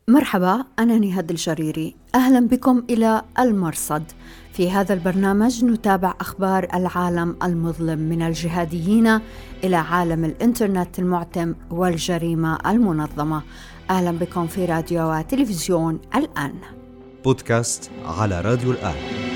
مرحبا، أنا نهاد الجريري. أهلا بكم إلى المرصد. في هذا البرنامج نتابع أخبار العالم المظلم من الجهاديين إلى عالم الإنترنت المعتم والجريمة المنظمة. أهلا بكم في راديو وتلفزيون الآن. بودكاست على راديو الآن.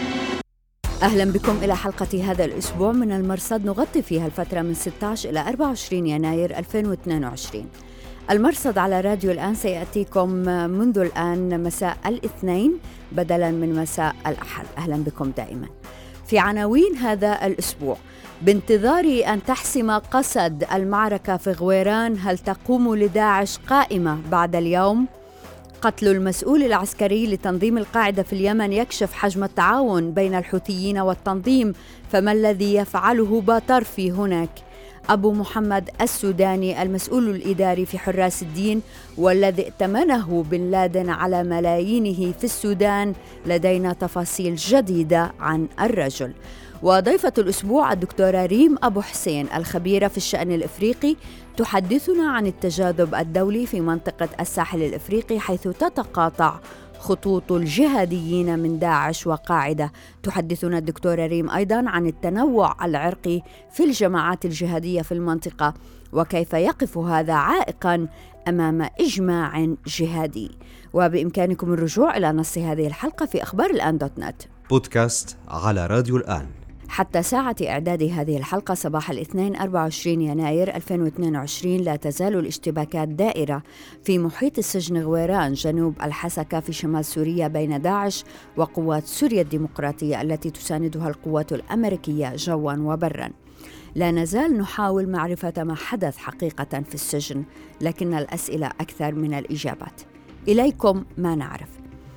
أهلا بكم إلى حلقة هذا الأسبوع من المرصد، نغطي فيها الفترة من 16 إلى 24 يناير 2022. المرصد على راديو الآن سيأتيكم منذ الآن مساء الاثنين بدلاً من مساء الأحد. أهلاً بكم دائماً. في عناوين هذا الأسبوع: بانتظار أن تحسم قسد المعركة في غويران، هل تقوم لداعش قائمة بعد اليوم؟ قتل المسؤول العسكري لتنظيم القاعدة في اليمن يكشف حجم التعاون بين الحوثيين والتنظيم، فما الذي يفعله باطرفي هناك؟ أبو محمد السوداني المسؤول الإداري في حراس الدين والذي ائتمنه بن لادن على ملايينه في السودان، لدينا تفاصيل جديدة عن الرجل. وضيفة الأسبوع الدكتورة ريم أبو حسين الخبيرة في الشأن الإفريقي تحدثنا عن التجاذب الدولي في منطقة الساحل الإفريقي، حيث تتقاطع خطوط الجهاديين من داعش وقاعدة. تحدثنا الدكتورة ريم أيضاً عن التنوع العرقي في الجماعات الجهادية في المنطقة، وكيف يقف هذا عائقاً أمام إجماع جهادي. وبإمكانكم الرجوع إلى نص هذه الحلقة في أخبار الآن .نت. بودكاست على راديو الآن. حتى ساعة إعداد هذه الحلقة صباح الاثنين 24 يناير 2022 لا تزال الاشتباكات دائرة في محيط السجن غويران جنوب الحسكة في شمال سوريا بين داعش وقوات سوريا الديمقراطية التي تساندها القوات الأمريكية جواً وبراً. لا نزال نحاول معرفة ما حدث حقيقة في السجن، لكن الأسئلة أكثر من الإجابات. إليكم ما نعرف.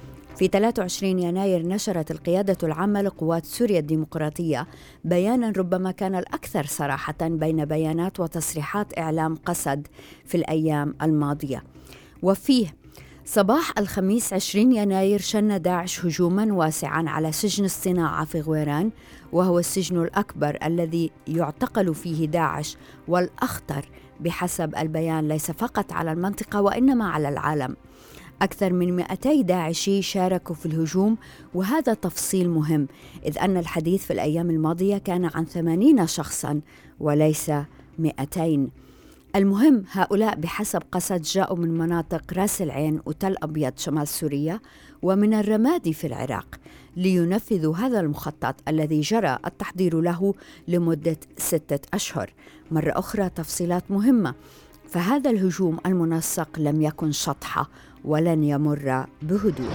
في 23 يناير نشرت القيادة العامة لقوات سوريا الديمقراطية بياناً ربما كان الأكثر صراحة بين بيانات وتصريحات إعلام قسد في الأيام الماضية، وفيه: صباح الخميس 20 يناير شن داعش هجوماً واسعاً على سجن الصناعة في غويران، وهو السجن الأكبر الذي يعتقل فيه داعش والأخطر بحسب البيان ليس فقط على المنطقة وإنما على العالم. أكثر من 200 داعشي شاركوا في الهجوم، وهذا تفصيل مهم إذ أن الحديث في الأيام الماضية كان عن 80 شخصاً وليس 200. المهم، هؤلاء بحسب قسد جاءوا من مناطق راس العين وتل أبيض شمال سوريا ومن الرمادي في العراق لينفذوا هذا المخطط الذي جرى التحضير له لمدة 6 أشهر. مرة أخرى تفصيلات مهمة، فهذا الهجوم المنسق لم يكن شطحة ولن يمر بهدوء.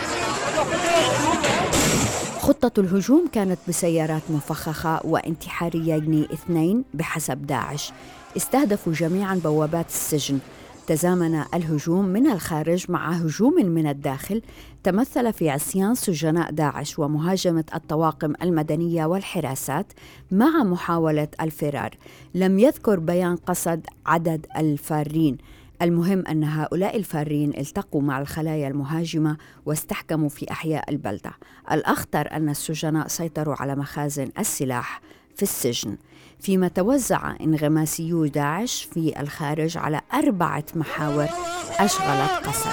خطة الهجوم كانت بسيارات مفخخة وانتحاريين 2 بحسب داعش، استهدفوا جميعا بوابات السجن. تزامن الهجوم من الخارج مع هجوم من الداخل تمثل في عصيان سجناء داعش ومهاجمة الطواقم المدنية والحراسات مع محاولة الفرار. لم يذكر بيان قسد عدد الفارين، المهم أن هؤلاء الفارين التقوا مع الخلايا المهاجمة واستحكموا في أحياء البلدة. الأخطر أن السجناء سيطروا على مخازن السلاح في السجن، فيما توزع انغماسيو داعش في الخارج على 4 محاور أشغلت قسد.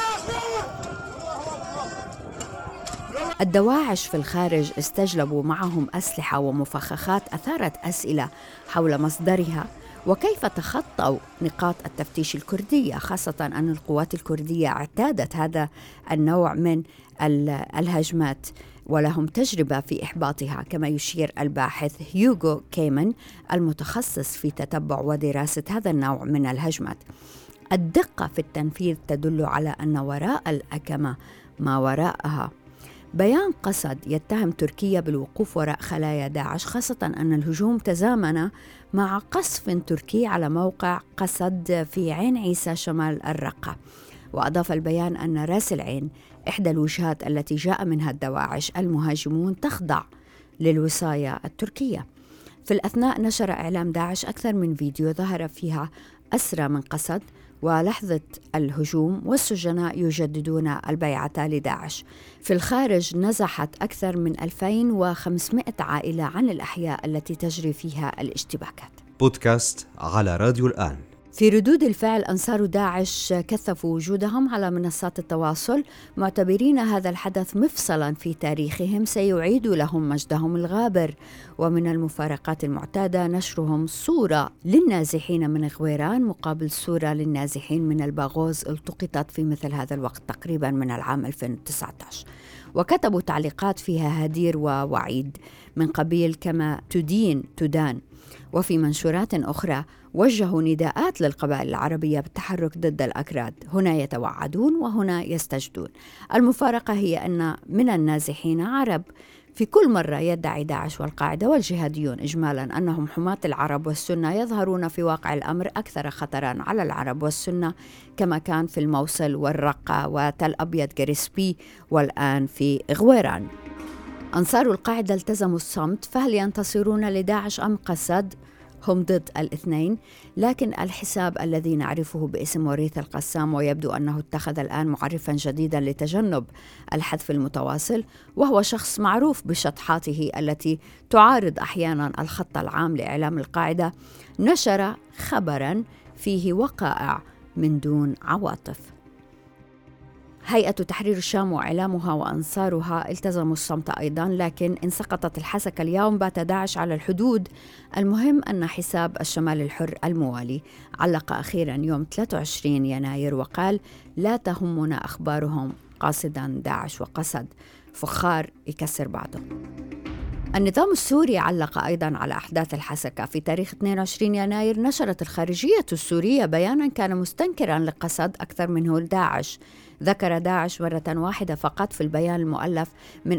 الدواعش في الخارج استجلبوا معهم أسلحة ومفخخات أثارت أسئلة حول مصدرها وكيف تخطوا نقاط التفتيش الكردية، خاصة أن القوات الكردية اعتادت هذا النوع من الهجمات ولهم تجربة في إحباطها، كما يشير الباحث هيوغو كيمن المتخصص في تتبع ودراسة هذا النوع من الهجمات. الدقة في التنفيذ تدل على أن وراء الأكمة ما وراءها. بيان قسد يتهم تركيا بالوقوف وراء خلايا داعش، خاصة أن الهجوم تزامن مع قصف تركي على موقع قسد في عين عيسى شمال الرقة. وأضاف البيان أن راس العين إحدى الوجهات التي جاء منها الدواعش المهاجمون تخضع للوصاية التركية. في الأثناء نشر إعلام داعش أكثر من فيديو ظهر فيها أسرى من قسد ولحظة الهجوم والسجناء يجددون البيعة لداعش. في الخارج نزحت أكثر من 2500 عائلة عن الأحياء التي تجري فيها الاشتباكات. بودكاست على راديو الآن. في ردود الفعل، أنصار داعش كثفوا وجودهم على منصات التواصل، معتبرين هذا الحدث مفصلاً في تاريخهم سيعيد لهم مجدهم الغابر. ومن المفارقات المعتادة نشرهم صورة للنازحين من غويران مقابل صورة للنازحين من الباغوز التقطت في مثل هذا الوقت تقريباً من العام 2019، وكتبوا تعليقات فيها هدير ووعيد من قبيل كما تدين تدان. وفي منشورات أخرى وجهوا نداءات للقبائل العربية بالتحرك ضد الأكراد، هنا يتوعدون وهنا يستجدون. المفارقة هي أن من النازحين عرب. في كل مرة يدعي داعش والقاعدة والجهاديون إجمالاً أنهم حماة العرب والسنة، يظهرون في واقع الأمر أكثر خطراً على العرب والسنة، كما كان في الموصل والرقة وتل أبيض جريسبي والآن في غويران. أنصار القاعدة التزموا الصمت، فهل ينتصرون لداعش أم قسد؟ هم ضد الاثنين، لكن الحساب الذي نعرفه باسم وريث القسام، ويبدو أنه اتخذ الآن معرفا جديدا لتجنب الحذف المتواصل، وهو شخص معروف بشطحاته التي تعارض أحيانا الخط العام لإعلام القاعدة، نشر خبرا فيه وقائع من دون عواطف. هيئة تحرير الشام وإعلامها وأنصارها التزموا الصمت أيضا، لكن إن سقطت الحسكة اليوم بات داعش على الحدود. المهم أن حساب الشمال الحر الموالي علق أخيرا يوم 23 يناير وقال: لا تهمنا أخبارهم، قاصدا داعش وقسد، فخار يكسر بعضه. النظام السوري علق أيضاً على أحداث الحسكة. في تاريخ 22 يناير نشرت الخارجية السورية بياناً كان مستنكراً لقسد أكثر منه داعش. ذكر داعش مرة واحدة فقط في البيان المؤلف من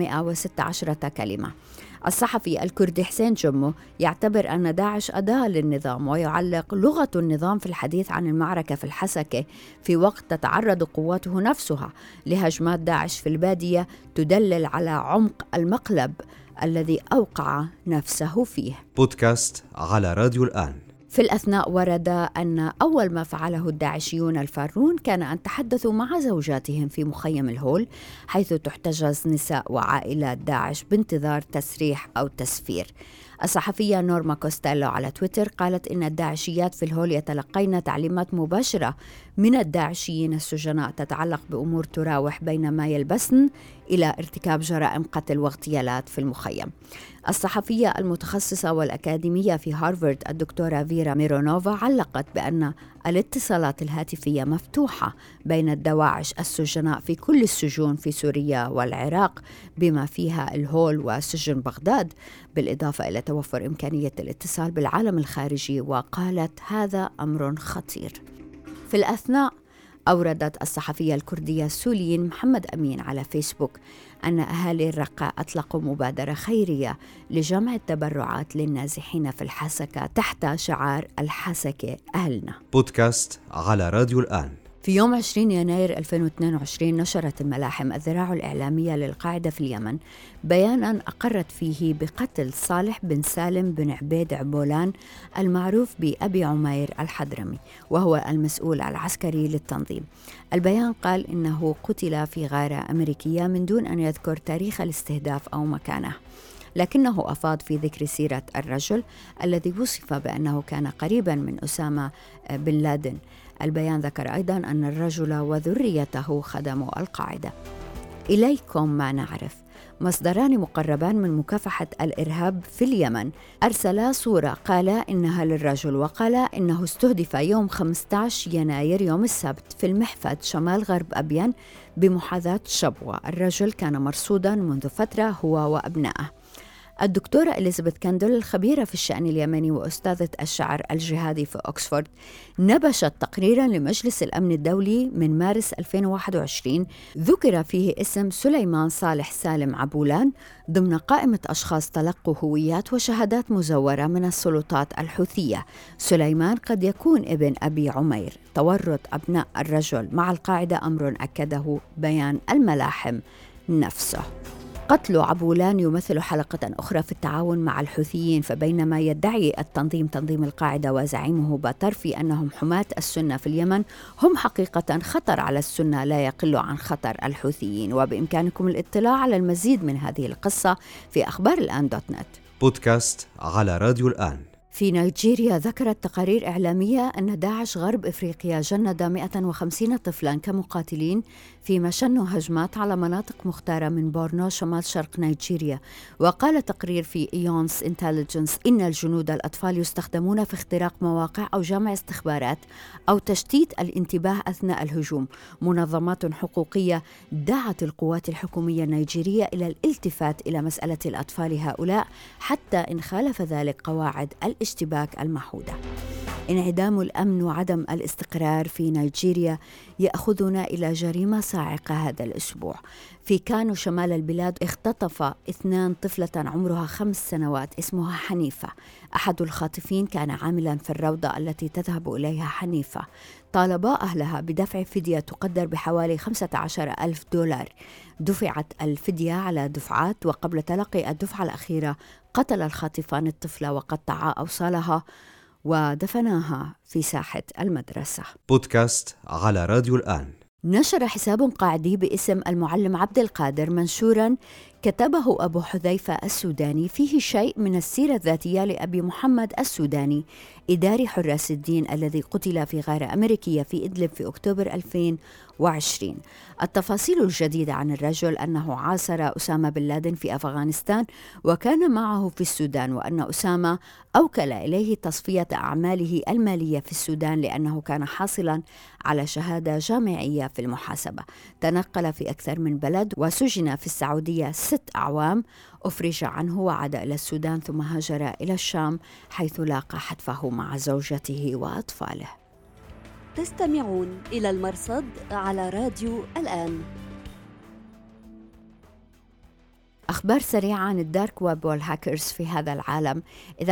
416 كلمة. الصحفي الكردي حسين جمو يعتبر أن داعش أداة للنظام، ويعلق: لغة النظام في الحديث عن المعركة في الحسكة في وقت تتعرض قواته نفسها لهجمات داعش في البادية تدلل على عمق المقلب الذي أوقع نفسه فيه. بودكاست على راديو الآن. في الأثناء ورد أن أول ما فعله الداعشيون الفارون كان أن تحدثوا مع زوجاتهم في مخيم الهول، حيث تحتجز نساء وعائلات داعش بانتظار تسريح أو تسفير. الصحفية نورما كوستيلو على تويتر قالت إن الداعشيات في الهول يتلقين تعليمات مباشرة من الداعشيين السجناء تتعلق بأمور تراوح بين ما يلبسن إلى ارتكاب جرائم قتل واغتيالات في المخيم. الصحفية المتخصصة والأكاديمية في هارفارد الدكتورة فيرا ميرونوفا علقت بأن الاتصالات الهاتفية مفتوحة بين الدواعش السجناء في كل السجون في سوريا والعراق بما فيها الهول وسجن بغداد، بالإضافة إلى توفر إمكانية الاتصال بالعالم الخارجي، وقالت: هذا أمر خطير. في الأثناء أوردت الصحفية الكردية السوريين محمد أمين على فيسبوك أن أهالي الرقة أطلقوا مبادرة خيرية لجمع التبرعات للنازحين في الحسكة تحت شعار الحسكة أهلنا. بودكاست على راديو الآن. في يوم 20 يناير 2022 نشرت الملاحم الذراع الإعلامية للقاعدة في اليمن بياناً أقرت فيه بقتل صالح بن سالم بن عبيد عبولان المعروف بأبي عمير الحضرمي، وهو المسؤول العسكري للتنظيم. البيان قال إنه قتل في غارة أمريكية من دون أن يذكر تاريخ الاستهداف أو مكانه، لكنه أفاض في ذكر سيرة الرجل الذي وصف بأنه كان قريباً من أسامة بن لادن. البيان ذكر أيضاً أن الرجل وذريته خدموا القاعدة. إليكم ما نعرف. مصدران مقربان من مكافحة الإرهاب في اليمن أرسلا صورة قالا إنها للرجل، وقالا إنه استهدف يوم 15 يناير يوم السبت في المحفد شمال غرب أبين بمحاذاة شبوة. الرجل كان مرصودا منذ فترة هو وأبنائه. الدكتورة إليزابيث كاندل الخبيرة في الشأن اليمني وأستاذة الشعر الجهادي في أكسفورد نبشت تقريراً لمجلس الأمن الدولي من مارس 2021 ذكر فيه اسم سليمان صالح سالم عبولان ضمن قائمة أشخاص تلقوا هويات وشهادات مزورة من السلطات الحوثية. سليمان قد يكون ابن أبي عمير. تورط أبناء الرجل مع القاعدة أمر أكده بيان الملاحم نفسه. قتل عبولان يمثل حلقة أخرى في التعاون مع الحوثيين، فبينما يدعي تنظيم القاعدة وزعيمه باترفي أنهم حماة السنة في اليمن، هم حقيقة خطر على السنة لا يقل عن خطر الحوثيين. وبإمكانكم الاطلاع على المزيد من هذه القصة في أخبار الآن.net. بودكاست على راديو الآن. في نيجيريا ذكرت تقارير إعلامية أن داعش غرب إفريقيا جند 150 طفلاً كمقاتلين فيما شنوا هجمات على مناطق مختارة من بورنو شمال شرق نيجيريا. وقال تقرير في إيونس انتليجنس إن الجنود الأطفال يستخدمون في اختراق مواقع أو جمع استخبارات أو تشتيت الانتباه أثناء الهجوم. منظمات حقوقية دعت القوات الحكومية النيجيرية إلى الالتفات إلى مسألة الأطفال هؤلاء حتى إن خالف ذلك قواعد الاشتباك المعهودة. انعدام الأمن وعدم الاستقرار في نيجيريا يأخذنا إلى جريمة صاعقة هذا الأسبوع. في كانو شمال البلاد اختطف 2 طفلة عمرها 5 سنوات اسمها حنيفة. أحد الخاطفين كان عاملا في الروضة التي تذهب إليها حنيفة. طالبا أهلها بدفع فدية تقدر بحوالي 15,000 دولار. دفعت الفدية على دفعات، وقبل تلقي الدفعة الأخيرة قتل الخاطفان الطفلة وقطعا أوصالها ودفناها في ساحة المدرسة. بودكاست على راديو الآن. نشر حساب قاعدي باسم المعلم عبد القادر منشوراً كتبه أبو حذيفة السوداني فيه شيء من السيرة الذاتية لأبي محمد السوداني، إداري حراس الدين الذي قتل في غارة أمريكية في إدلب في أكتوبر 2020. التفاصيل الجديدة عن الرجل أنه عاصر أسامة بن لادن في أفغانستان وكان معه في السودان، وأن أسامة أوكل إليه تصفية أعماله المالية في السودان لأنه كان حاصلاً على شهادة جامعية في المحاسبة. تنقل في أكثر من بلد وسجن في السعودية 6 أعوام، أفرج عنه وعاد إلى السودان ثم هاجر إلى الشام حيث لاقى حتفه مع زوجته وأطفاله. تستمعون إلى المرصد على راديو الآن. أخبار سريعة عن الدارك ويب والهاكرز في هذا العالم. إذا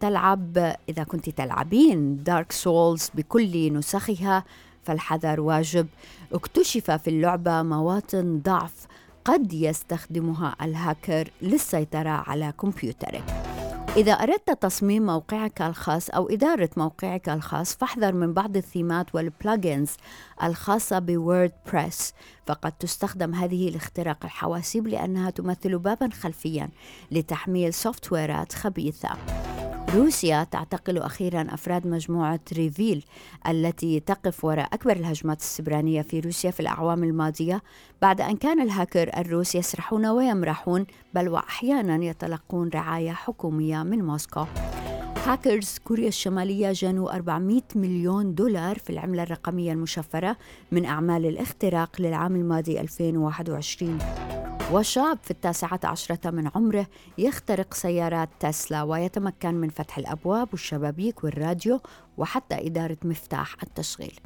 كنت تلعبين دارك سولز بكل نسخها فالحذر واجب. اكتشف في اللعبة مواطن ضعف قد يستخدمها الهاكر للسيطرة على كمبيوترك. إذا أردت تصميم موقعك الخاص أو إدارة موقعك الخاص فاحذر من بعض الثيمات والبلاجينز الخاصة بووردبريس، فقد تستخدم هذه لاختراق الحواسيب لأنها تمثل بابا خلفيا لتحميل سوفتويرات خبيثة. روسيا تعتقل أخيراً أفراد مجموعة ريفيل التي تقف وراء أكبر الهجمات السبرانية في روسيا في الأعوام الماضية، بعد أن كان الهاكر الروس يسرحون ويمرحون بل وأحياناً يتلقون رعاية حكومية من موسكو. هاكرز كوريا الشمالية جنوا 400 مليون دولار في العملة الرقمية المشفرة من أعمال الاختراق للعام الماضي 2021. وشاب في 19 من عمره يخترق سيارات تسلا ويتمكن من فتح الأبواب والشبابيك والراديو وحتى إدارة مفتاح التشغيل.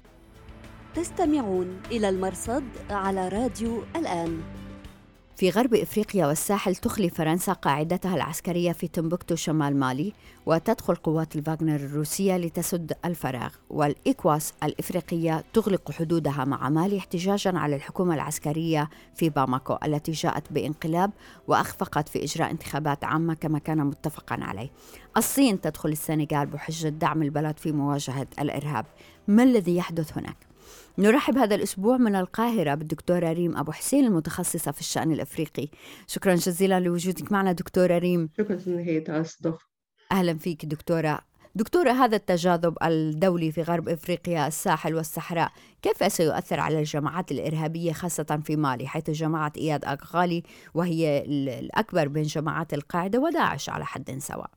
تستمعون إلى المرصد على راديو الآن. في غرب إفريقيا والساحل تخلي فرنسا قاعدتها العسكرية في تمبكتو شمال مالي، وتدخل قوات الفاغنر الروسية لتسد الفراغ، والإكواس الإفريقية تغلق حدودها مع مالي احتجاجاً على الحكومة العسكرية في باماكو التي جاءت بانقلاب وأخفقت في إجراء انتخابات عامة كما كان متفقاً عليه. الصين تدخل السنغال بحجة دعم البلد في مواجهة الإرهاب. ما الذي يحدث هناك؟ نرحب هذا الأسبوع من القاهرة بالدكتورة ريم أبو حسين المتخصصة في الشأن الأفريقي. شكرا جزيلا لوجودك معنا دكتورة ريم. شكرا نهاية أصدق. أهلا فيك دكتورة، هذا التجاذب الدولي في غرب إفريقيا الساحل والصحراء كيف سيؤثر على الجماعات الإرهابية خاصة في مالي، حيث جماعة إياد أغالي وهي الأكبر بين جماعات القاعدة وداعش على حد سواء؟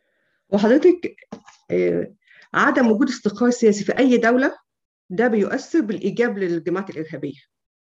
وحضرتك عدم وجود استقرار سياسي في أي دولة ده بيؤثر بالإيجاب للجماعات الإرهابية.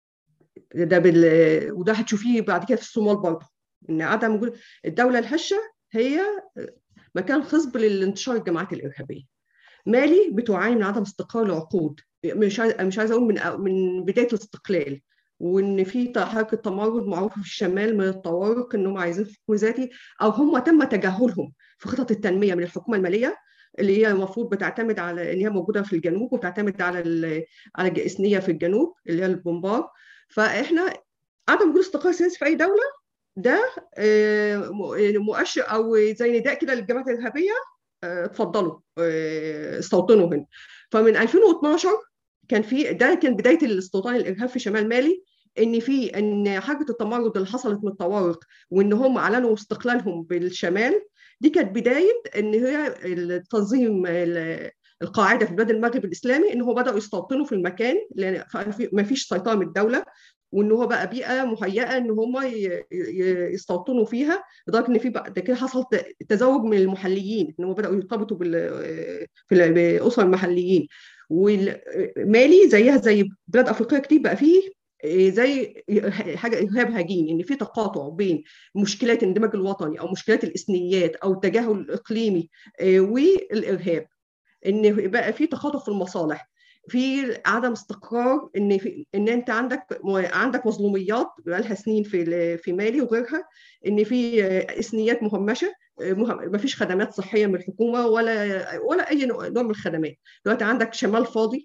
وده هتشوفيه بعد كده في الصومال برضه، إن عدم وجود الدولة الهشة هي مكان خصب للانتشار الجماعات الإرهابية. مالي بتعاني من عدم استقرار لعقود، مش عايزة أقول من بداية الاستقلال، وإن في حركة تمرد معروفة في الشمال من الطوارق إنهم عايزين حكم ذاتي، أو هم تم تجاهلهم في خطط التنمية من الحكومة المالية اللي هي المفروض بتعتمد على ان هي موجوده في الجنوب وبتعتمد على الجئسنيه في الجنوب اللي هي البومبار. فاحنا عدم وجود استقرار سياسي في اي دوله ده مؤشر او زي نداء كده للجماعات الارهابيه، اتفضلوا استوطنوا هنا. فمن 2012 كان بدايه الاستوطان الارهاب في شمال مالي، ان حركه التمرد اللي حصلت من الطوارق، وان هم اعلنوا استقلالهم بالشمال، دي كانت بدايه ان هي التنظيم القاعده في بلاد المغرب الاسلامي، ان هو بداوا يستوطنوا في المكان لان ما فيش سيطره من الدوله، وان هو بقى بيئه مهيئه ان هم يستوطنوا فيها، لدرجه ان في بعد كده حصل تزوج من المحليين، ان هم بداوا يرتبطوا باسر المحليين. ومالي زيها زي بلاد افريقيه كتير بقى فيه زي حاجه ارهاب هجين، ان في تقاطع بين مشكلات الاندماج الوطني او مشكلات الاثنيات او التجاهل الاقليمي والارهاب، ان بقى في تخاطف في المصالح، في عدم استقرار، ان انت عندك مظلوميات بقالها سنين في مالي وغيرها، ان في اثنيات مهمشه، ما فيش خدمات صحيه من الحكومه ولا اي نوع من الخدمات. دلوقتي عندك شمال فاضي،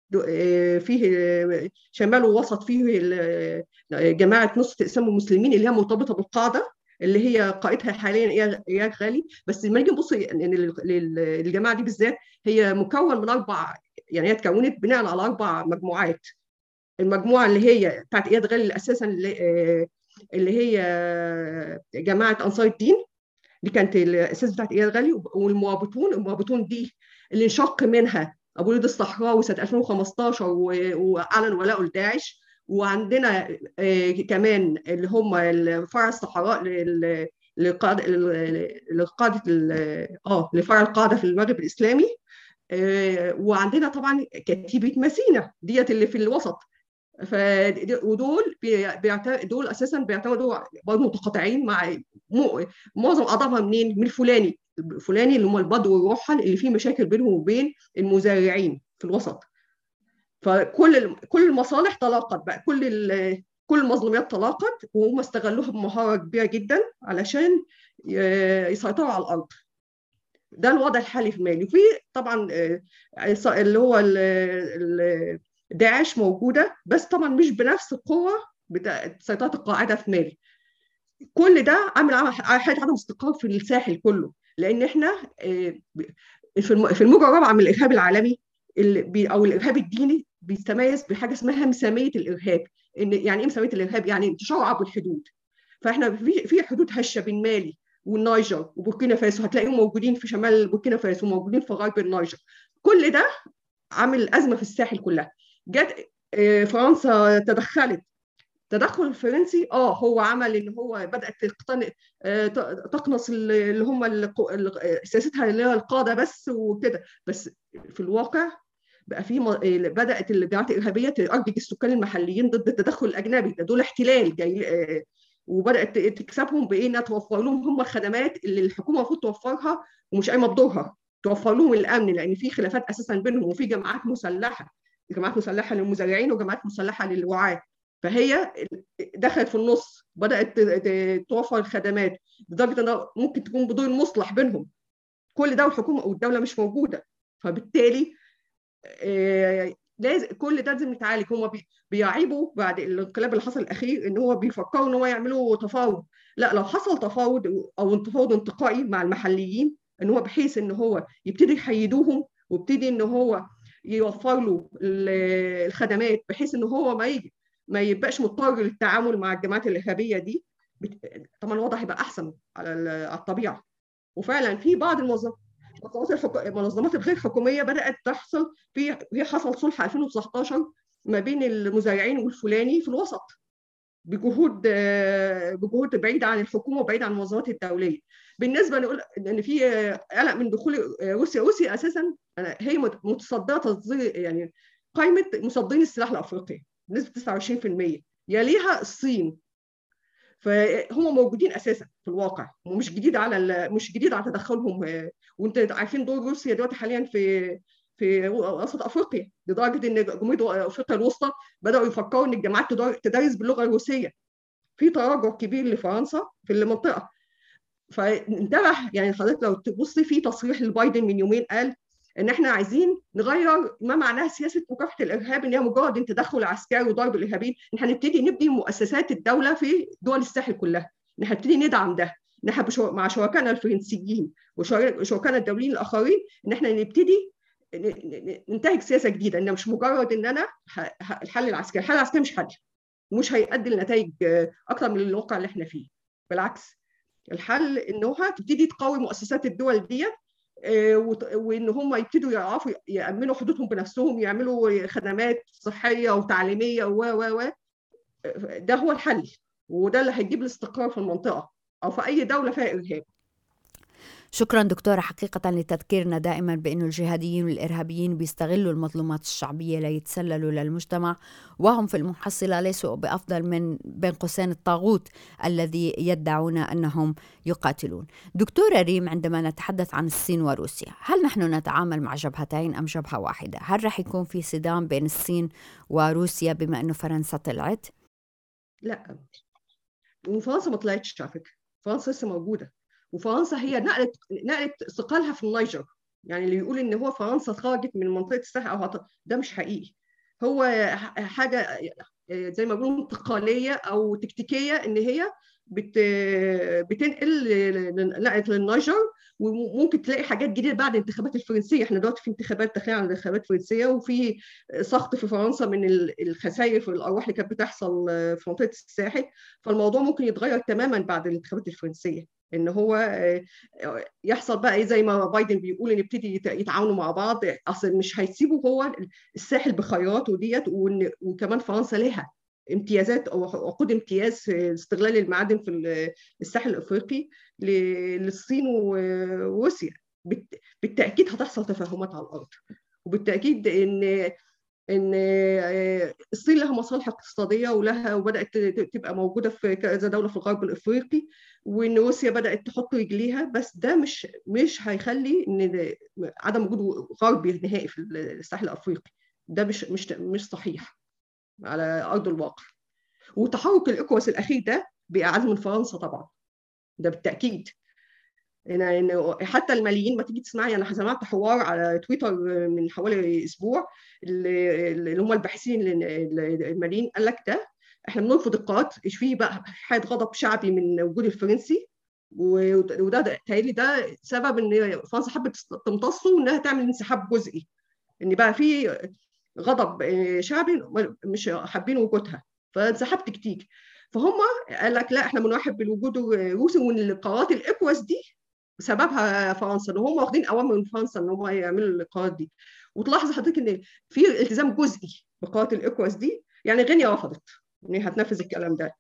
فيه شمال ووسط، فيه جماعه نص اقسام المسلمين اللي هي مرتبطه بالقاعده اللي هي قائدها حاليا اياد غالي. بس لما نيجي نبص للجماعه دي بالذات، هي مكون من يعني هي اتكونت بناء على 4 مجموعات. المجموعه اللي هي بتاعت اياد غالي اساسا، اللي هي جماعه انصار الدين، دي كانت الاساس بتاعت اياد غالي. المرابطون دي اللي انشق منها ابو وليد الصحراوي سنه 2015 واعلن ولاءه لداعش. وعندنا كمان اللي هم فرع الصحراء لقاده لفرع القاعده في المغرب الاسلامي. وعندنا طبعا كتيبه مسينا ديت اللي في الوسط. ودول دول اساسا بيعتمدوا برضه متقاطعين مع معظم اعضائها منين؟ من الفلاني اللي هم البدو والروحل اللي فيه مشاكل بينهم وبين المزارعين في الوسط. كل المصالح تلاقت بقى، كل المظلوميات تلاقت، وهم استغلوها بمهاره كبيره جدا علشان يسيطروا على الارض. ده الوضع الحالي في مالي. وفي طبعا اللي هو داعش موجوده، بس طبعا مش بنفس القوه بتاعت سيطره القاعده في مالي. كل ده عامل حاله عدم استقرار في الساحل كله، لان احنا في الموجه الرابعه من الارهاب العالمي او الارهاب الديني بيتميز بحاجه اسمها مساميه الارهاب. يعني ايه مساميه الارهاب؟ يعني انتشار عبر الحدود. فاحنا في حدود هشه بين مالي والنيجر وبوركينا فاسو، هتلاقيهم موجودين في شمال بوركينا فاسو، موجودين في غرب النيجر. كل ده عامل ازمه في الساحل كلها. جت فرنسا تدخلت. التدخل الفرنسي هو عمل ان هو بدات تقنص اللي هم سياستها اللي هي القاده بس وكده. بس في الواقع بقى في بدات الجماعات الارهابيه تأرجج السكان المحليين ضد التدخل الاجنبي. دول احتلال جاي، وبدات تكسبهم بايه؟ انها توفر لهم هم الخدمات اللي الحكومه المفروض توفرها ومش قايمه بدورها، توفر لهم الامن، لان في خلافات اساسا بينهم، وفي جماعات مسلحه للمزارعين وجماعات مسلحه للوعاة. فهي دخلت في النص، بدات توفر الخدمات لدرجه انها ممكن تكون بدون مصلح بينهم. كل ده والحكومه والدوله مش موجوده، فبالتالي لازم كل ده لازم يتعالج. هم بيعيبوا بعد الانقلاب اللي حصل الاخير ان هو بيفكروا ان هو يعملوا تفاوض. لا، لو حصل تفاوض او تفاوض انتقائي مع المحليين، ان هو بحيث ان هو يبتدي يحيدوهم ويبتدي ان هو يوفر له الخدمات، بحيث ان هو ما يبقاش مضطر للتعامل مع الجماعات الارهابيه دي، طبعا الوضع هيبقى احسن على الطبيعه. وفعلا في بعض المنظمات الغير حكوميه بدات تحصل حصل صلح 2019 ما بين المزارعين والفلاني في الوسط، بجهود بعيده عن الحكومه وبعيده عن المنظمات الدوليه. بالنسبه نقول ان في قلق من دخول روسيا اساسا هي متصدره تصدير، يعني قائمه مصدرين السلاح الافريقي بنسبه 29%، يليها الصين. فهم موجودين اساسا في الواقع، ومش جديد على تدخلهم. وانت عارفين دور روسيا دلوقتي حاليا في وسط افريقيا، لدرجه ان جمهوريه افريقيا الوسطى بداوا يفكروا ان الجامعات تدرس باللغه الروسيه. في تراجع كبير لفرنسا في المنطقه. فانتبه، يعني حضرتك لو تبصي في تصريح لبايدن من يومين قال ان احنا عايزين نغير ما معناها سياسه مكافحه الارهاب، ان هي مجرد تدخل عسكري وضرب الارهابيين. احنا هنبتدي نبني مؤسسات الدوله في دول الساحل كلها، هنبتدي ندعم ده، مع شركائنا الفرنسيين وشركائنا الدوليين الاخرين، ان احنا نبتدي ننتهج سياسه جديده، ان مش مجرد ان انا الحل العسكري مش حل. ومش هيؤدي لنتائج اكتر من الواقع اللي احنا فيه. بالعكس، الحل انها تبتدي تقوي مؤسسات الدول ديت، وان هم يبتدوا يعرفوا يامنوا حدودهم بنفسهم، يعملوا خدمات صحيه وتعليميه و ده هو الحل، وده اللي هيجيب الاستقرار في المنطقه او في اي دوله فيها ارهاب. شكرا دكتورة، حقيقة لتذكيرنا دائما بأنه الجهاديين والإرهابيين بيستغلوا المظلومات الشعبية ليتسللوا للمجتمع، وهم في المحصلة ليسوا بأفضل من بين قوسين الطاغوت الذي يدعون أنهم يقاتلون. دكتورة ريم، عندما نتحدث عن الصين وروسيا، هل نحن نتعامل مع جبهتين أم جبهة واحدة؟ هل رح يكون في صدام بين الصين وروسيا بما أنه فرنسا طلعت؟ لا، وفرنسا ما طلعتش على فكرة، فرنسا لسه موجودة، وفرنسا هي نقلت ثقلها في النيجر. يعني اللي يقول ان هو فرنسا خرجت من منطقة الساحل ده مش حقيقي. هو حاجة زي ما بيقولوا انتقالية او تكتيكية، ان هي بتنقل نقلت للنيجر، وممكن تلاقي حاجات جديده بعد الانتخابات الفرنسيه. احنا دلوقتي في انتخابات، تخيل عن انتخابات فرنسيه، وفي سقط في فرنسا من الخسائر في الارواح اللي كانت بتحصل في منطقه الساحل. فالموضوع ممكن يتغير تماما بعد الانتخابات الفرنسيه، ان هو يحصل بقى ايه زي ما بايدن بيقول، ان يبتدي يتعاونوا مع بعض. اصل مش هيسيبوا هو الساحل بخيراته ديت، وكمان فرنسا لها امتيازات او عقود امتياز في استغلال المعادن في الساحل الافريقي للصين وروسيا. بالتاكيد هتحصل تفاهمات على الارض، وبالتاكيد ان الصين لها مصالح اقتصاديه وبدات تبقى موجوده في كذا دوله في الغرب الافريقي، وان روسيا بدات تحط رجليها. بس ده مش هيخلي ان عدم وجود غربي نهائي في الساحل الافريقي. ده مش صحيح على ارض الواقع. وتحرك الاكواس الاخير ده باعاز من فرنسا طبعا، ده بالتاكيد. إن حتى الماليين ما تيجي تسمعي، انا سمعت حوار على تويتر من حوالي اسبوع، اللي هم الباحثين الماليين، قال لك ده احنا بنرفض القرارات. في بقى حاله غضب شعبي من وجود الفرنسي، وده تهيألي ده سبب ان فرنسا حبت تمتصه، وانها تعمل انسحاب جزئي، ان بقى في غضب شعبي مش حابين وجودها، فانسحاب تكتيك. فهم قال لك لا، احنا بنرحب بالوجود الروسي، وان قرارات الاكواس دي سببها فرنسا، ان هم واخدين اوامر من فرنسا ان هم يعملوا القرارات دي. وتلاحظ حضرتك ان في التزام جزئي بقرارات الاكواس دي. يعني غينيا رفضت ان هي هتنفذ الكلام ده،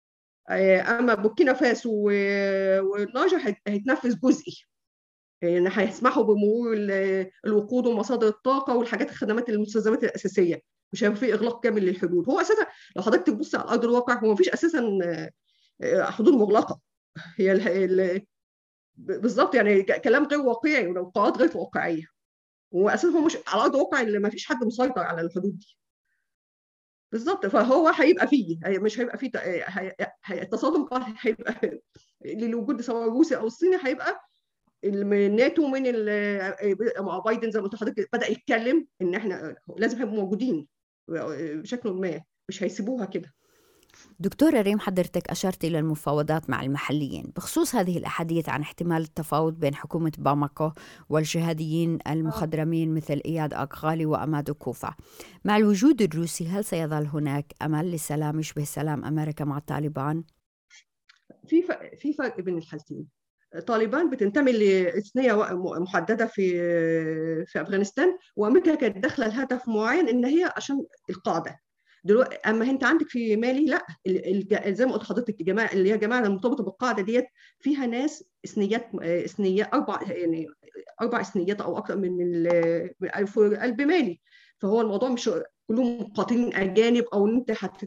اما بوركينا فاسو والنيجر هيتنفذ جزئي. يعني هيسمحوا بمرور الوقود ومصادر الطاقه والحاجات، الخدمات المستلزمات الاساسيه. مش هيبقى في اغلاق كامل للحدود. هو اساسا لو حضرتك تبص على ارض الواقع، هو مفيش اساسا حدود مغلقه. هي بالظبط، يعني كلام غير واقعي وقرارات غير واقعيه. واساسا هو مش على ارض الواقع اللي ما فيش حد مسيطر على الحدود دي. بالظبط. فهو هيبقى فيه، مش هيبقى فيه التصادم هيبقى للوجود سواء الروسي او الصيني. هيبقى الناتو مع بايدن زي ما قلت لحضرتك بدا يتكلم ان احنا لازم نبقى موجودين بشكل ما، مش هيسيبوها كده. دكتورة ريم، حضرتك أشرت إلى المفاوضات مع المحليين بخصوص هذه الأحاديث عن احتمال التفاوض بين حكومة باماكو والجهاديين المخضرمين مثل إياد أغالي وأمادو كوفا. مع الوجود الروسي، هل سيظل هناك أمل لسلام يشبه سلام أمريكا مع الطالبان؟ في فرق بين الحالتين. طالبان بتنتمي لإثنية محددة في أفغانستان، وأمريكا كانت داخلة لهدف معين إن هي عشان القاعدة. دلوقتي اما انت عندك في مالي لا، زي ما قلت لحضرتك، الجماعه اللي هي جماعه المرتبطه بالقاعده ديت فيها ناس اثنيات 4 اثنيات او اكثر من قلب مالي. فهو الموضوع مش كلهم مقاتلين اجانب، او ان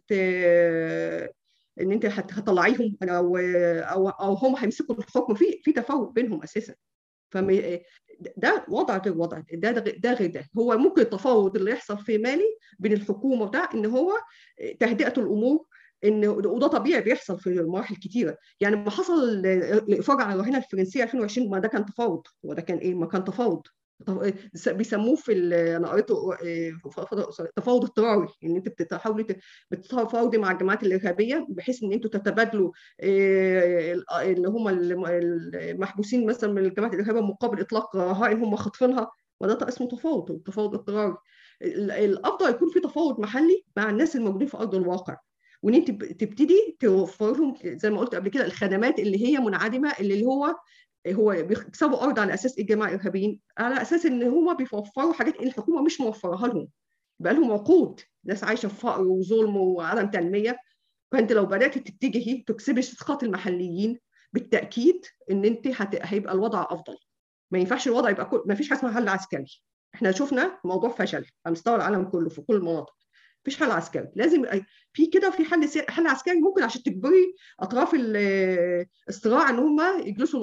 انت هتطلعيهم او هم هيمسكوا الحكم. في تفاوت بينهم اساسا. ده وضع غير وضع ده غير ده. هو ممكن التفاوض اللي يحصل في مالي بين الحكومه وده ان هو تهدئه الامور، وده طبيعي بيحصل في مراحل كتيره. يعني ما حصل الافراج عن الرهينه الفرنسيه 2020، ما ده كان تفاوض. وده كان ايه؟ ما كان تفاوض بيسموه انا قريته تفاوض اضطراري، ان انت بتحاولي بتتفاوضي مع الجماعات الارهابيه بحيث ان انتوا تتبادلوا اللي هم المحبوسين مثلا من الجماعات الارهابيه مقابل اطلاق رهائن هم خاطفينها. وده اسمه تفاوض اضطراري. الافضل يكون في تفاوض محلي مع الناس الموجودين في ارض الواقع، وان انت تبتدي توفر لهم زي ما قلت قبل كده الخدمات اللي هي منعدمه، اللي هو بيكسبوا ارض على اساس ايه الجماعه الارهابيين؟ على اساس ان هم بيوفروا حاجات الحكومه مش موفرها لهم، بقى لهم عقود ناس عايشه في فقر وظلم وعدم تنميه. فانت لو بدات تتجهي تكسبي ثقه المحليين، بالتاكيد ان انت هيبقى الوضع افضل. ما ينفعش الوضع يبقى ما فيش حاجه اسمها حل عسكري. احنا شفنا موضوع فشل على مستوى العالم كله في كل المناطق. مفيش حل عسكري، لازم في كده في حل عسكري ممكن عشان تجبري اطراف الصراع ان هم يجلسوا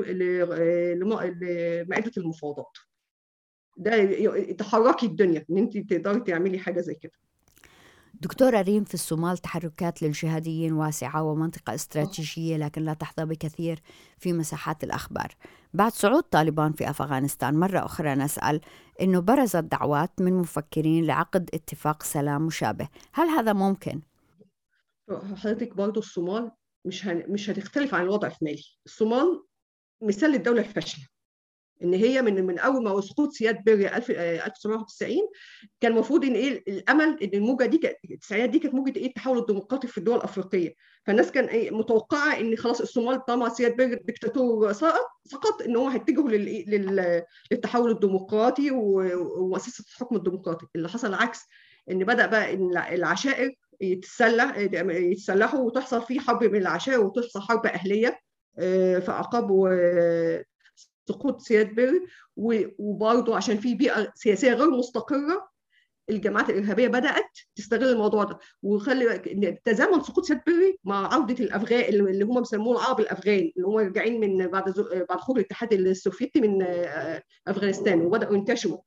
لمائده المفاوضات. ده تحركي الدنيا ان انت تقدري تعملي حاجه زي كده. دكتورة ريم، في الصومال تحركات للجهاديين واسعة ومنطقة استراتيجية، لكن لا تحظى بكثير في مساحات الأخبار. بعد صعود طالبان في أفغانستان مرة أخرى نسأل إنه برزت دعوات من مفكرين لعقد اتفاق سلام مشابه، هل هذا ممكن؟ حضرتك برضو الصومال مش هتختلف عن الوضع في مالي. الصومال مثال للدولة الفاشلة، ان هي من اول ما سقوط سياد بري 1991 كان المفروض ان ايه الامل ان الموجه دي التسعينات دي كانت موجه ايه التحول الديمقراطي في الدول الافريقيه. فالناس كان إيه متوقعه ان خلاص الصومال طالما سياد بري الدكتاتور سقط ان هو هيتجهوا للتحول الديمقراطي ومؤسسه الحكم الديمقراطي. اللي حصل العكس، ان بدا بقى ان العشائر يتسلحوا وتحصل فيه حرب من العشائر وتحصل حرب اهليه في اعقاب سقوط سياد بري. وبرضه عشان في بيئه سياسيه غير مستقره، الجماعات الارهابيه بدات تستغل الموضوع ده. وخلي تزامن سقوط سياد بري مع عوده الافغان اللي هم بيسموه العرب الافغان، اللي هم راجعين من بعد خروج الاتحاد السوفيتي من افغانستان، وبداوا ينتشروا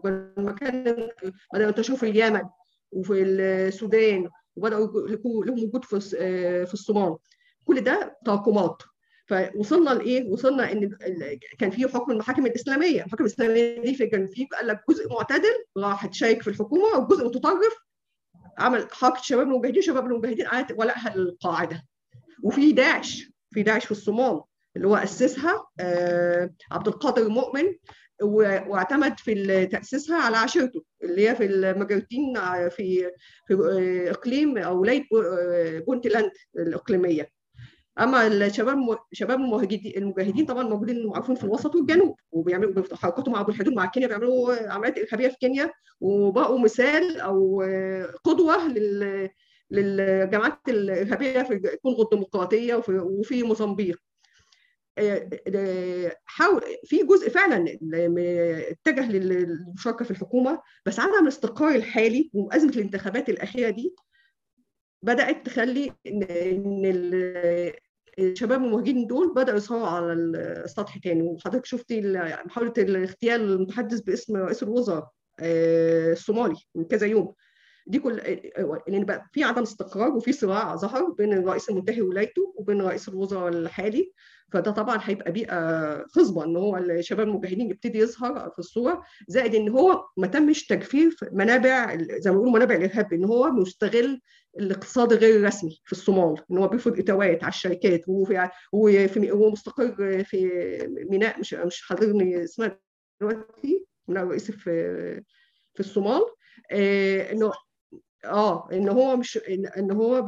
بداوا ينتشروا في اليمن وفي السودان، وبداوا لهم وجود في الصومال. كل ده تراكمات. فوصلنا لايه؟ وصلنا ان كان في حكم المحاكم الاسلاميه. المحاكم الاسلاميه دي كان في قال لك جزء معتدل راح تشارك في الحكومه، وجزء متطرف عمل حركه شباب المجاهدين. شباب المجاهدين قالت ولائها للقاعده. وفي داعش في الصومال اللي هو اسسها عبد القادر مؤمن، واعتمد في تاسيسها على عشيرته اللي هي في المجرتين في اقليم او ولايه بونتلاند الاقليميه. اما شباب المجاهدين طبعا موجودين معروفين في الوسط والجنوب، وبيعملوا حركاتهم عبر الحدود مع كينيا، بيعملوا عمليات ارهابيه في كينيا، وبقوا مثال او قدوه للجماعات الارهابيه في الكونغو الديمقراطيه وفي موزمبيق. حاول في جزء فعلا اتجه للمشاركه في الحكومه، بس عدم الاستقرار الحالي وازمه الانتخابات الاخيره دي بدات تخلي ان الشباب المهاجرين دول بداوا يظهروا على السطح تاني. وحضرتك شفتي محاوله اغتيال المتحدث باسم رئيس الوزراء الصومالي من كذا يوم. دي كل لان بقى في عدم استقرار وفي صراع ظهر بين الرئيس المنتهي ولايته وبين رئيس الوزراء الحالي. فده طبعا هيبقى بيئه خصبه ان هو الشباب المجاهدين يبتدي يظهر في الصوره، زائد ان هو ما تمش تجفيف منابع زي ما بيقولوا منابع الارهاب، ان هو مستغل الاقتصاد غير الرسمي في الصومال، ان هو بيفرض اتاوات على الشركات، وهو مستقر في ميناء مش حاضرني اسمها دلوقتي، ميناء الرئيسي في الصومال. انه ان هو مش ان هو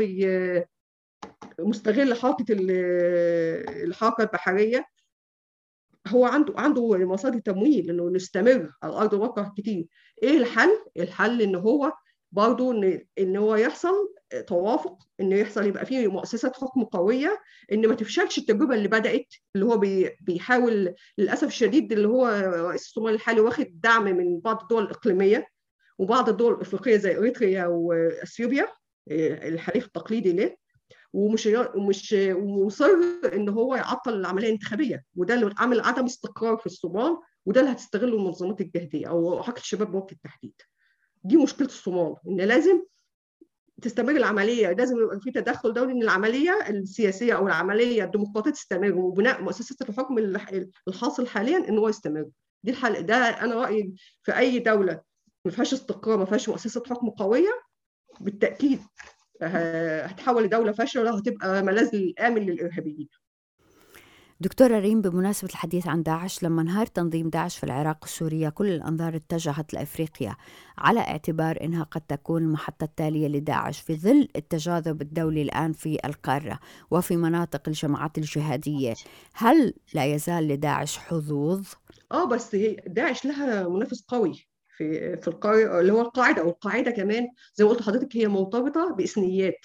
مستغل حركه الحركه البحريه. هو عنده مصادر تمويل انه يستمر على ارض الواقع كتير. ايه الحل ان هو برضه ان هو يحصل توافق، انه يحصل يبقى فيه مؤسسات حكم قويه، ان ما تفشلش التجربه اللي بدات، اللي هو بيحاول للاسف الشديد اللي هو رئيس الصومال الحالي واخد دعم من بعض الدول الاقليميه وبعض الدول الافريقيه زي اريتريا واثيوبيا الحليف التقليدي له، ومش مصر ان هو يعطل العمليه الانتخابيه. وده اللي عامل عدم استقرار في الصومال، وده اللي هتستغله المنظمات الجهاديه او حركه الشباب بوقت التحديد. دي مشكله الصومال، ان لازم تستمر العمليه، لازم يبقى في تدخل دولي ان العمليه السياسيه او العمليه الديمقراطيه تستمر، وبناء مؤسسات الحكم الحاصل حاليا ان هو يستمر. دي الحل. ده انا رايي في اي دوله ما فيهاش استقرار، ما فيهاش مؤسسه حكم قويه، بالتاكيد هتحول لدوله فاشله وهتبقى ملاذ امن للارهابيين. دكتورة ريم، بمناسبة الحديث عن داعش، لما انهار تنظيم داعش في العراق وسوريا كل الأنظار اتجهت لأفريقيا على اعتبار أنها قد تكون المحطة التالية لداعش في ظل التجاذب الدولي الآن في القارة وفي مناطق الجماعات الجهادية. هل لا يزال لداعش حظوظ؟ بس هي داعش لها منافس قوي في القارة اللي هو القاعدة، والقاعدة كمان زي ما قلت لحضرتك هي مرتبطة بإثنيات،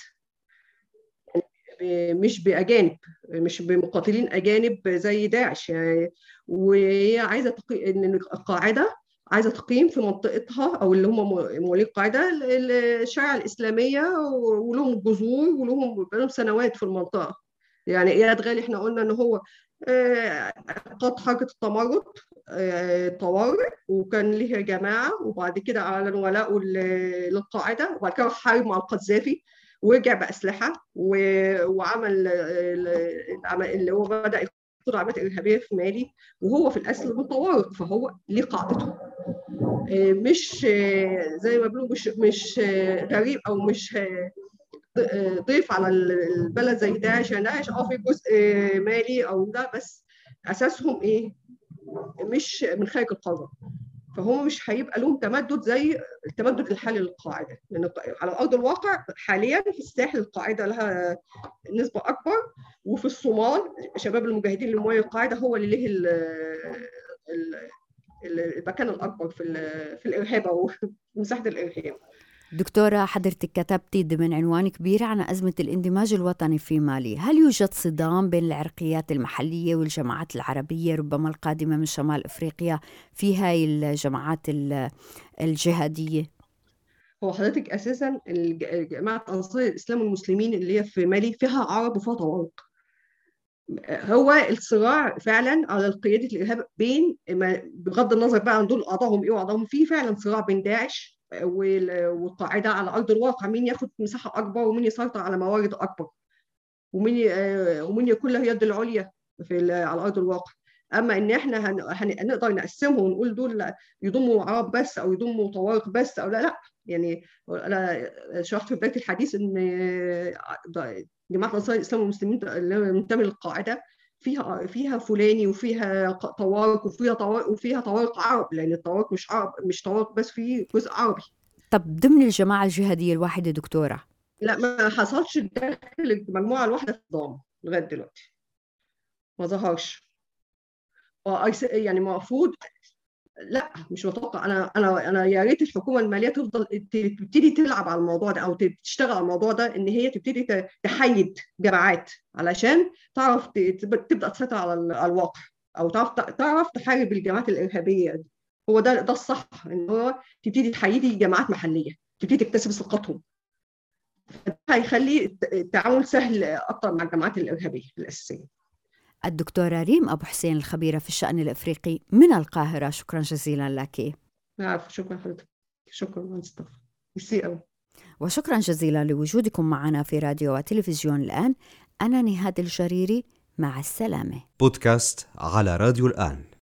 مش بأجانب، مش بمقاتلين أجانب زي داعش يعني. وهي عايزة إن القاعدة عايزة تقيم في منطقتها، أو اللي هم موالين القاعدة، الشريعة الإسلامية، ولهم جذور ولهم سنوات في المنطقة. يعني إياد غالي إحنا قلنا إن هو قاد حركة التمرد طوارئ، وكان ليه جماعة، وبعد كده أعلن ولاءه للقاعدة، وبعد كده حارب مع القذافي ورجع بأسلحة وعمل اللي هو بدأ يخوض عمليات إرهابية في مالي، وهو في الأصل متطورق، فهو ليه قاعدته. مش زي ما بيقولوا مش غريب، أو مش ضيف على البلد زي داعش. يعني داعش في جزء مالي أو ده، بس أساسهم إيه؟ مش من خارج القارة، فهم مش هيبقى لهم تمدد زي التمدد الحالي للقاعده، لان على ارض الواقع حاليا في الساحل القاعده لها نسبه اكبر، وفي الصومال شباب المجاهدين اللي موالي القاعده هو اللي له المكان الاكبر في الارهاب او مساحه الارهاب. دكتورة، حضرتك كتبتي ضمن عنوان كبير عن أزمة الاندماج الوطني في مالي. هل يوجد صدام بين العرقيات المحلية والجماعات العربية ربما القادمة من شمال أفريقيا في هاي الجماعات الجهادية؟ هو حضرتك أساسا جماعة أنصار الإسلام والمسلمين اللي هي في مالي فيها عرب وفيها طوائق. هو الصراع فعلا على قيادة الإرهاب بين، بغض النظر بقى عن دول أعضائهم إيه وأعضائهم، في فعلا صراع بين داعش والقاعدة على أرض الواقع، مين ياخد مساحة أكبر ومين يسيطر على موارد أكبر، ومين يكون له يد العليا على أرض الواقع. أما إن إحنا هنقدر نقسمهم ونقول دول يضموا عرب بس أو يضموا طوائق بس أو لا. يعني أنا شرحت في بداية الحديث إن جماعة أنصار الإسلام والمسلمين اللي منتمي للقاعدة فيها فلاني وفيها طوارق وفيها طوارق عرب، لأن الطوارق مش عرب، مش طوارق بس، في جزء عربي. طب ضمن الجماعة الجهادية الواحدة دكتورة؟ لا، ما حصلش داخل المجموعة الواحدة صدام لغاية دلوقتي، ما ظهرش. يعني المفروض، لا مش متوقع. انا يا ريت الحكومه الماليه تبتدي تلعب على الموضوع ده، او تشتغل على الموضوع ده، ان هي تبتدي تحيد جماعات علشان تعرف تبدا تسيطر على الواقع، او تعرف تحارب الجماعات الارهابيه دي. هو ده الصح، ان هو تبتدي تحيدي جماعات محليه، تبتدي تكتسب ثقتهم، ده هيخلي التعامل سهل اكتر مع الجماعات الارهابيه الاساسيه. الدكتورة ريم أبو حسين، الخبيرة في الشأن الأفريقي من القاهرة، شكرا جزيلا لك. شكرا حضرتك، شكرا مصطفى، ميرسي قوي. وشكرا جزيلا لوجودكم معنا في راديو وتلفزيون الآن. أنا نهاد الجريري، مع السلامة. بودكاست على راديو الآن.